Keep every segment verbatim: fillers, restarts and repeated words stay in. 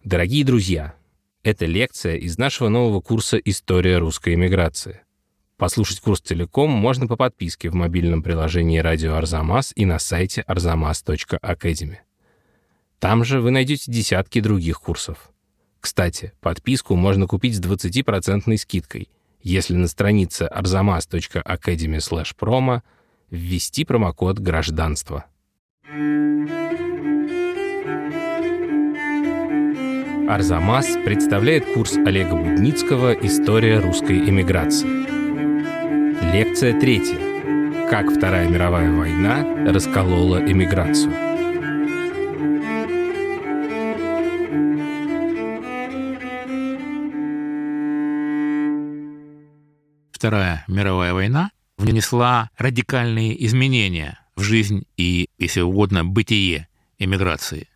Дорогие друзья, это лекция из нашего нового курса «История русской эмиграции». Послушать курс целиком можно по подписке в мобильном приложении «Радио Арзамас» и на сайте арзамас точка академи. Там же вы найдете десятки других курсов. Кстати, подписку можно купить с двадцатипроцентной скидкой, если на странице арзамас точка академи слэш промо ввести промокод «Гражданство». Арзамас представляет курс Олега Будницкого «История русской эмиграции». Лекция третья. Как Вторая мировая война расколола эмиграцию. Вторая мировая война внесла радикальные изменения в жизнь и, если угодно, бытие эмиграции.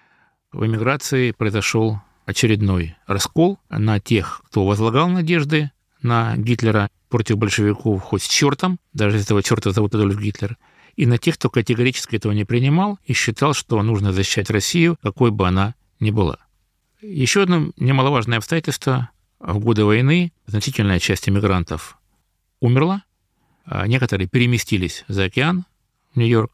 В эмиграции произошел очередной раскол на тех, кто возлагал надежды на Гитлера против большевиков хоть с чертом, даже если этого черта зовут Адольф Гитлер, и на тех, кто категорически этого не принимал и считал, что нужно защищать Россию, какой бы она ни была. Еще одно немаловажное обстоятельство. В годы войны значительная часть эмигрантов умерла, а некоторые переместились за океан, в Нью-Йорк.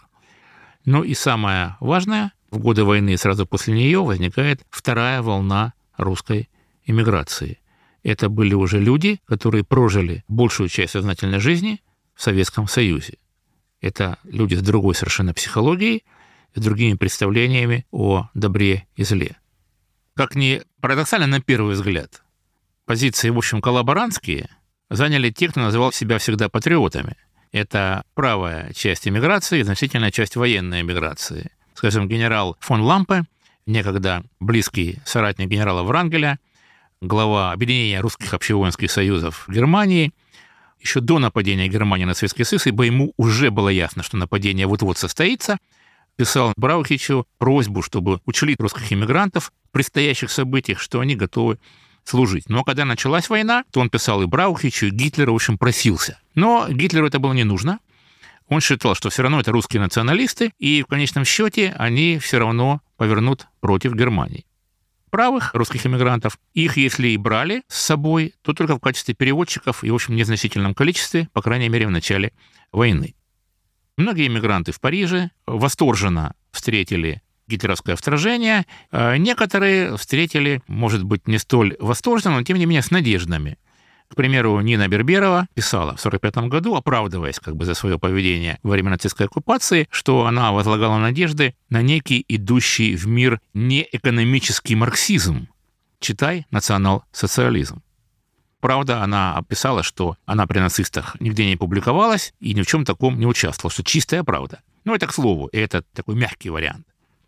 Но и самое важное, в годы войны сразу после нее возникает вторая волна русской эмиграции. Это были уже люди, которые прожили большую часть сознательной жизни в Советском Союзе. Это люди с другой совершенно психологией, с другими представлениями о добре и зле. Как ни парадоксально на первый взгляд, позиции, в общем, коллаборантские заняли те, кто называл себя всегда патриотами. Это правая часть эмиграции и значительная часть военной эмиграции. Скажем, генерал фон Лампе, некогда близкий соратник генерала Врангеля, глава объединения русских общевоинских союзов Германии, еще до нападения Германии на Советский Союз, ибо ему уже было ясно, что нападение вот-вот состоится, писал Браухичу просьбу, чтобы учли русских эмигрантов в предстоящих событиях, что они готовы служить. Но когда началась война, то он писал и Браухичу, и Гитлеру, в общем, просился. Но Гитлеру это было не нужно. Он считал, что все равно это русские националисты, и в конечном счете они все равно повернут против Германии. Правых русских эмигрантов, их если и брали с собой, то только в качестве переводчиков и, в общем, в незначительном количестве, по крайней мере, в начале войны. Многие эмигранты в Париже восторженно встретили гитлеровское вторжение, некоторые встретили, может быть, не столь восторженно, но, тем не менее, с надеждами. К примеру, Нина Берберова писала в сорок пятом году, оправдываясь как бы за свое поведение во время нацистской оккупации, что она возлагала надежды на некий идущий в мир неэкономический марксизм, читай национал-социализм. Правда, она описала, что она при нацистах нигде не публиковалась и ни в чем таком не участвовала, что чистая правда. Но это к слову, и это такой мягкий вариант.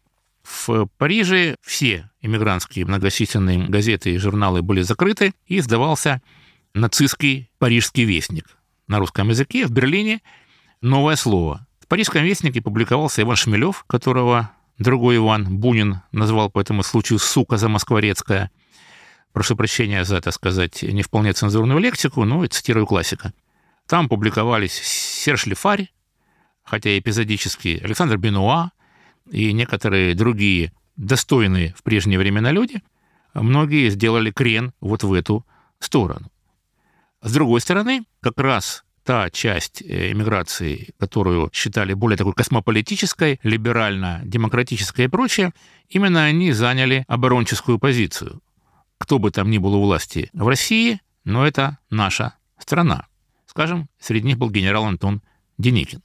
В Париже все эмигрантские многочисленные газеты и журналы были закрыты, и издавался нацистский «Парижский вестник» на русском языке. В Берлине «Новое слово». В «Парижском вестнике» публиковался Иван Шмелев, которого другой Иван Бунин назвал по этому случаю «сука замоскворецкая». Прошу прощения за, так сказать, не вполне цензурную лексику, но и цитирую классика. Там публиковались Серж Лефарь, хотя и эпизодически, Александр Бенуа и некоторые другие достойные в прежние времена люди. Многие сделали крен вот в эту сторону. С другой стороны, как раз та часть эмиграции, которую считали более такой космополитической, либерально-демократической и прочее, именно они заняли оборонческую позицию. Кто бы там ни был у власти в России, но это наша страна. Скажем, среди них был генерал Антон Деникин.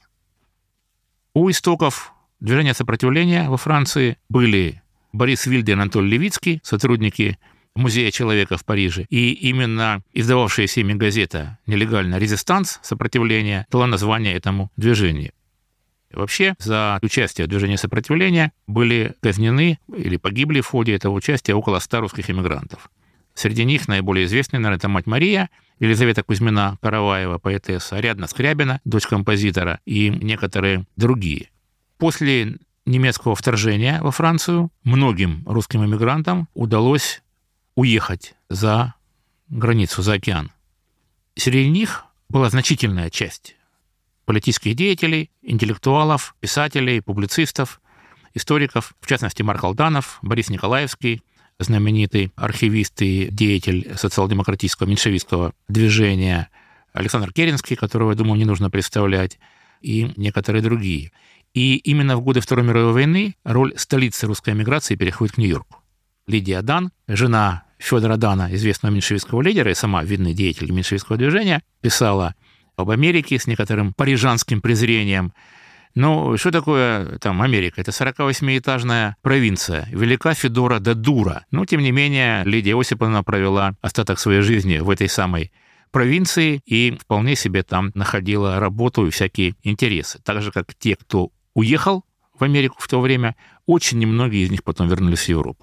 У истоков движения сопротивления во Франции были Борис Вильде и Анатолий Левицкий, сотрудники Музея человека в Париже. И именно издававшаяся ими газета «Нелегально Резистанс», «Сопротивление», дала название этому движению. Вообще, за участие в движении сопротивления были казнены или погибли в ходе этого участия около ста русских эмигрантов. Среди них наиболее известные, наверное, это мать Мария, Елизавета Кузьмина-Караваева, поэтесса, Ариадна Скрябина, дочь композитора, и некоторые другие. После немецкого вторжения во Францию многим русским эмигрантам удалось уехать за границу, за океан. Среди них была значительная часть политических деятелей, интеллектуалов, писателей, публицистов, историков, в частности, Марк Алданов, Борис Николаевский, знаменитый архивист и деятель социал-демократического меньшевистского движения Александр Керенский, которого, я думаю, не нужно представлять, и некоторые другие. И именно в годы Второй мировой войны роль столицы русской эмиграции переходит к Нью-Йорку. Лидия Дан, жена Федора Дана, известного меньшевистского лидера и сама видный деятель меньшевистского движения, писала об Америке с некоторым парижанским презрением. Ну, что такое там Америка? Это сорокавосьмиэтажная провинция. Велика Федора да дура. Но, тем не менее, Лидия Осиповна провела остаток своей жизни в этой самой провинции и вполне себе там находила работу и всякие интересы. Так же, как те, кто уехал в Америку в то время, очень немногие из них потом вернулись в Европу.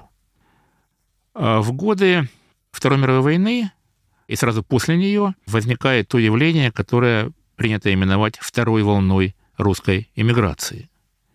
В годы Второй мировой войны и сразу после нее возникает то явление, которое принято именовать второй волной русской эмиграции.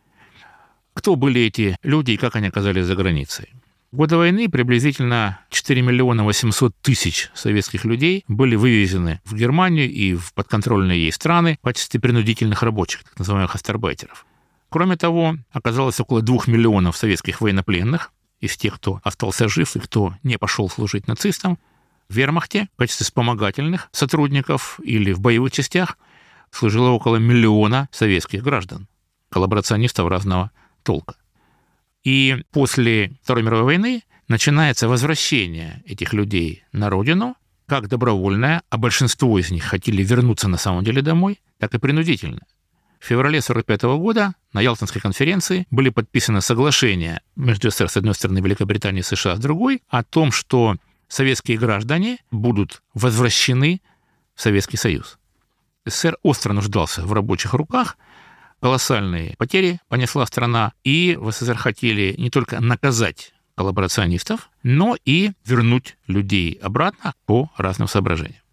Кто были эти люди и как они оказались за границей? В годы войны приблизительно четыре миллиона восемьсот тысяч советских людей были вывезены в Германию и в подконтрольные ей страны в качестве принудительных рабочих, так называемых гастарбайтеров. Кроме того, оказалось около двух миллионов советских военнопленных из тех, кто остался жив и кто не пошел служить нацистам. В вермахте в качестве вспомогательных сотрудников или в боевых частях служило около миллиона советских граждан, коллаборационистов разного толка. И после Второй мировой войны начинается возвращение этих людей на родину, как добровольное, а большинство из них хотели вернуться на самом деле домой, так и принудительно. В феврале тысяча девятьсот сорок пятого года на Ялтинской конференции были подписаны соглашения между СССР с одной стороны, Великобританией и США с другой, о том, что советские граждане будут возвращены в Советский Союз. СССР остро нуждался в рабочих руках, колоссальные потери понесла страна, и в СССР хотели не только наказать коллаборационистов, но и вернуть людей обратно по разным соображениям.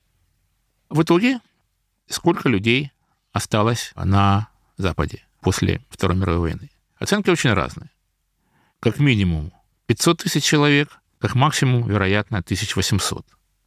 В итоге сколько людей осталось на Западе после Второй мировой войны? Оценки очень разные. Как минимум пятьсот тысяч человек, как максимум, вероятно, тысяча восемьсот.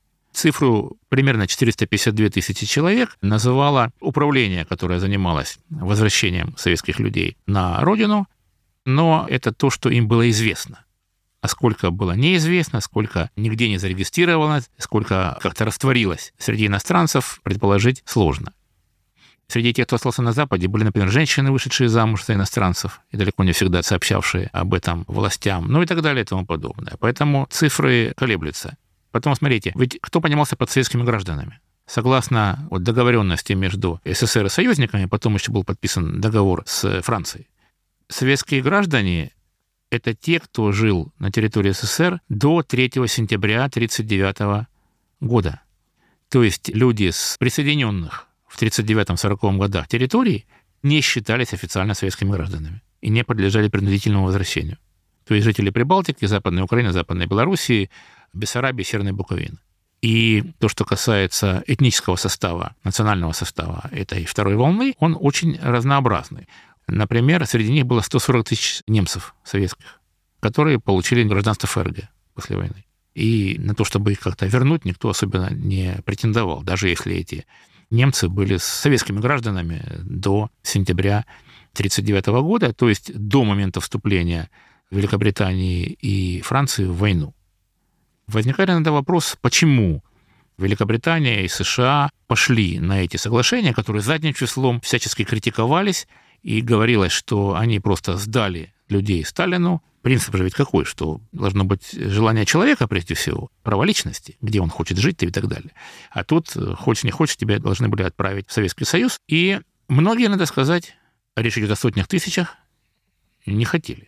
Цифру примерно четыреста пятьдесят две тысячи человек называло управление, которое занималось возвращением советских людей на родину, но это то, что им было известно. А сколько было неизвестно, сколько нигде не зарегистрировалось, сколько как-то растворилось среди иностранцев, предположить сложно. Среди тех, кто остался на Западе, были, например, женщины, вышедшие замуж за иностранцев, и далеко не всегда сообщавшие об этом властям, ну и так далее и тому подобное. Поэтому цифры колеблются. Потом, смотрите, ведь кто понимался под советскими гражданами? Согласно вот, договоренности между СССР и союзниками, потом еще был подписан договор с Францией, советские граждане – это те, кто жил на территории СССР до третьего сентября тысяча девятьсот тридцать девятого года. То есть люди с присоединенных в тридцать девятом — сороковом годах территорий не считались официально советскими гражданами и не подлежали принудительному возвращению. То есть жители Прибалтики, Западной Украины, Западной Белоруссии, Бессарабии, Северной Буковины. И то, что касается этнического состава, национального состава этой второй волны, он очень разнообразный. Например, среди них было сто сорок тысяч немцев советских, которые получили гражданство ФРГ после войны. И на то, чтобы их как-то вернуть, никто особенно не претендовал, даже если эти немцы были советскими гражданами до сентября тысяча девятьсот тридцать девятого года, то есть до момента вступления Великобритании и Франции в войну. Возникает иногда вопрос, почему Великобритания и США пошли на эти соглашения, которые задним числом всячески критиковались, и говорилось, что они просто сдали людей Сталину. Принцип же ведь какой, что должно быть желание человека прежде всего, право личности, где он хочет жить и так далее. А тут, хочешь не хочешь, тебя должны были отправить в Советский Союз. И многие, надо сказать, речь идет о сотнях тысячах, не хотели.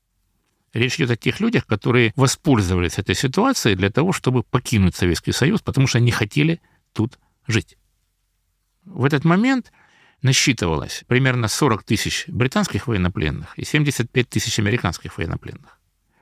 Речь идет о тех людях, которые воспользовались этой ситуацией для того, чтобы покинуть Советский Союз, потому что не хотели тут жить. В этот момент насчитывалось примерно сорок тысяч британских военнопленных и семьдесят пять тысяч американских военнопленных.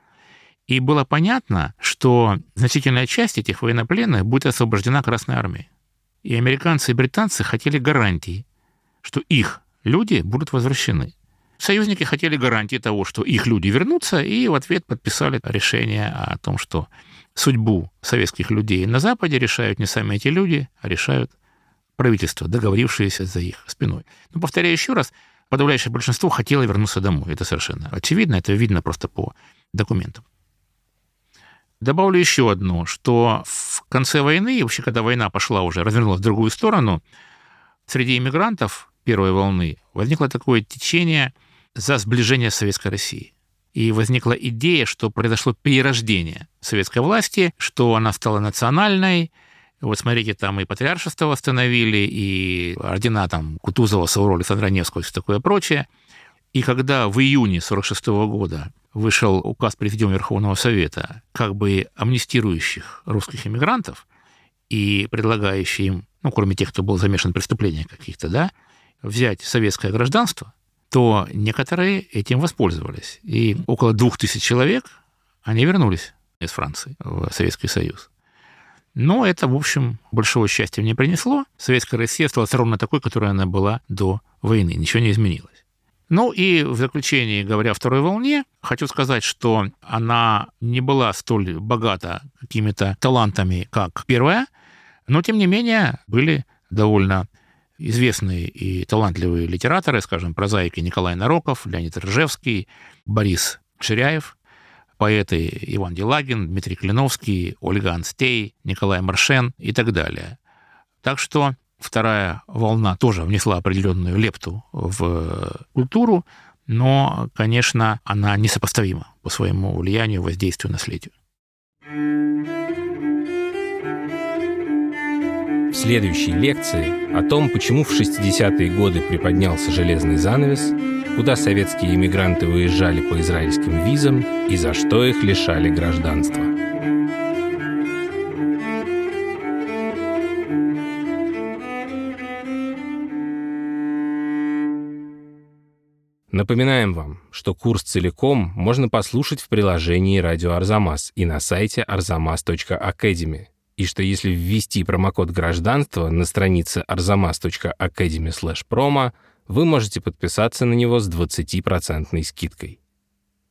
И было понятно, что значительная часть этих военнопленных будет освобождена Красной Армией. И американцы и британцы хотели гарантий, что их люди будут возвращены. Союзники хотели гарантии того, что их люди вернутся, и в ответ подписали решение о том, что судьбу советских людей на Западе решают не сами эти люди, а решают правительство, договорившееся за их спиной. Но, повторяю еще раз, подавляющее большинство хотело вернуться домой. Это совершенно очевидно, это видно просто по документам. Добавлю еще одно, что в конце войны, и вообще, когда война пошла уже, развернулась в другую сторону, среди иммигрантов первой волны возникло такое течение за сближение с Советской Россией. И возникла идея, что произошло перерождение советской власти, что она стала национальной. Вот смотрите, там и патриаршество восстановили, и ордена там Кутузова, Саурола, Александра Невского, и все такое прочее. И когда в июне сорок шестого года вышел указ Президиума Верховного Совета, как бы амнистирующих русских иммигрантов и предлагающий им, ну, кроме тех, кто был замешан в преступлениях каких-то, да, взять советское гражданство, то некоторые этим воспользовались. И около двух тысяч человек, они вернулись из Франции в Советский Союз. Но это, в общем, большого счастья не принесло. Советская Россия осталась ровно такой, которой она была до войны. Ничего не изменилось. Ну и в заключение, говоря о второй волне, хочу сказать, что она не была столь богата какими-то талантами, как первая, но, тем не менее, были довольно известные и талантливые литераторы, скажем, прозаики Николай Нароков, Леонид Ржевский, Борис Ширяев, поэты Иван Делагин, Дмитрий Клиновский, Ольга Анстей, Николай Маршен и так далее. Так что вторая волна тоже внесла определенную лепту в культуру, но, конечно, она несопоставима по своему влиянию, воздействию, наследию. В следующей лекции о том, почему в шестидесятые годы приподнялся железный занавес, куда советские иммигранты уезжали по израильским визам и за что их лишали гражданства. Напоминаем вам, что курс целиком можно послушать в приложении «Радио Арзамас» и на сайте арзамас точка академи, и что если ввести промокод гражданства на странице арзамас точка академи слэш промо, вы можете подписаться на него с двадцатипроцентной скидкой.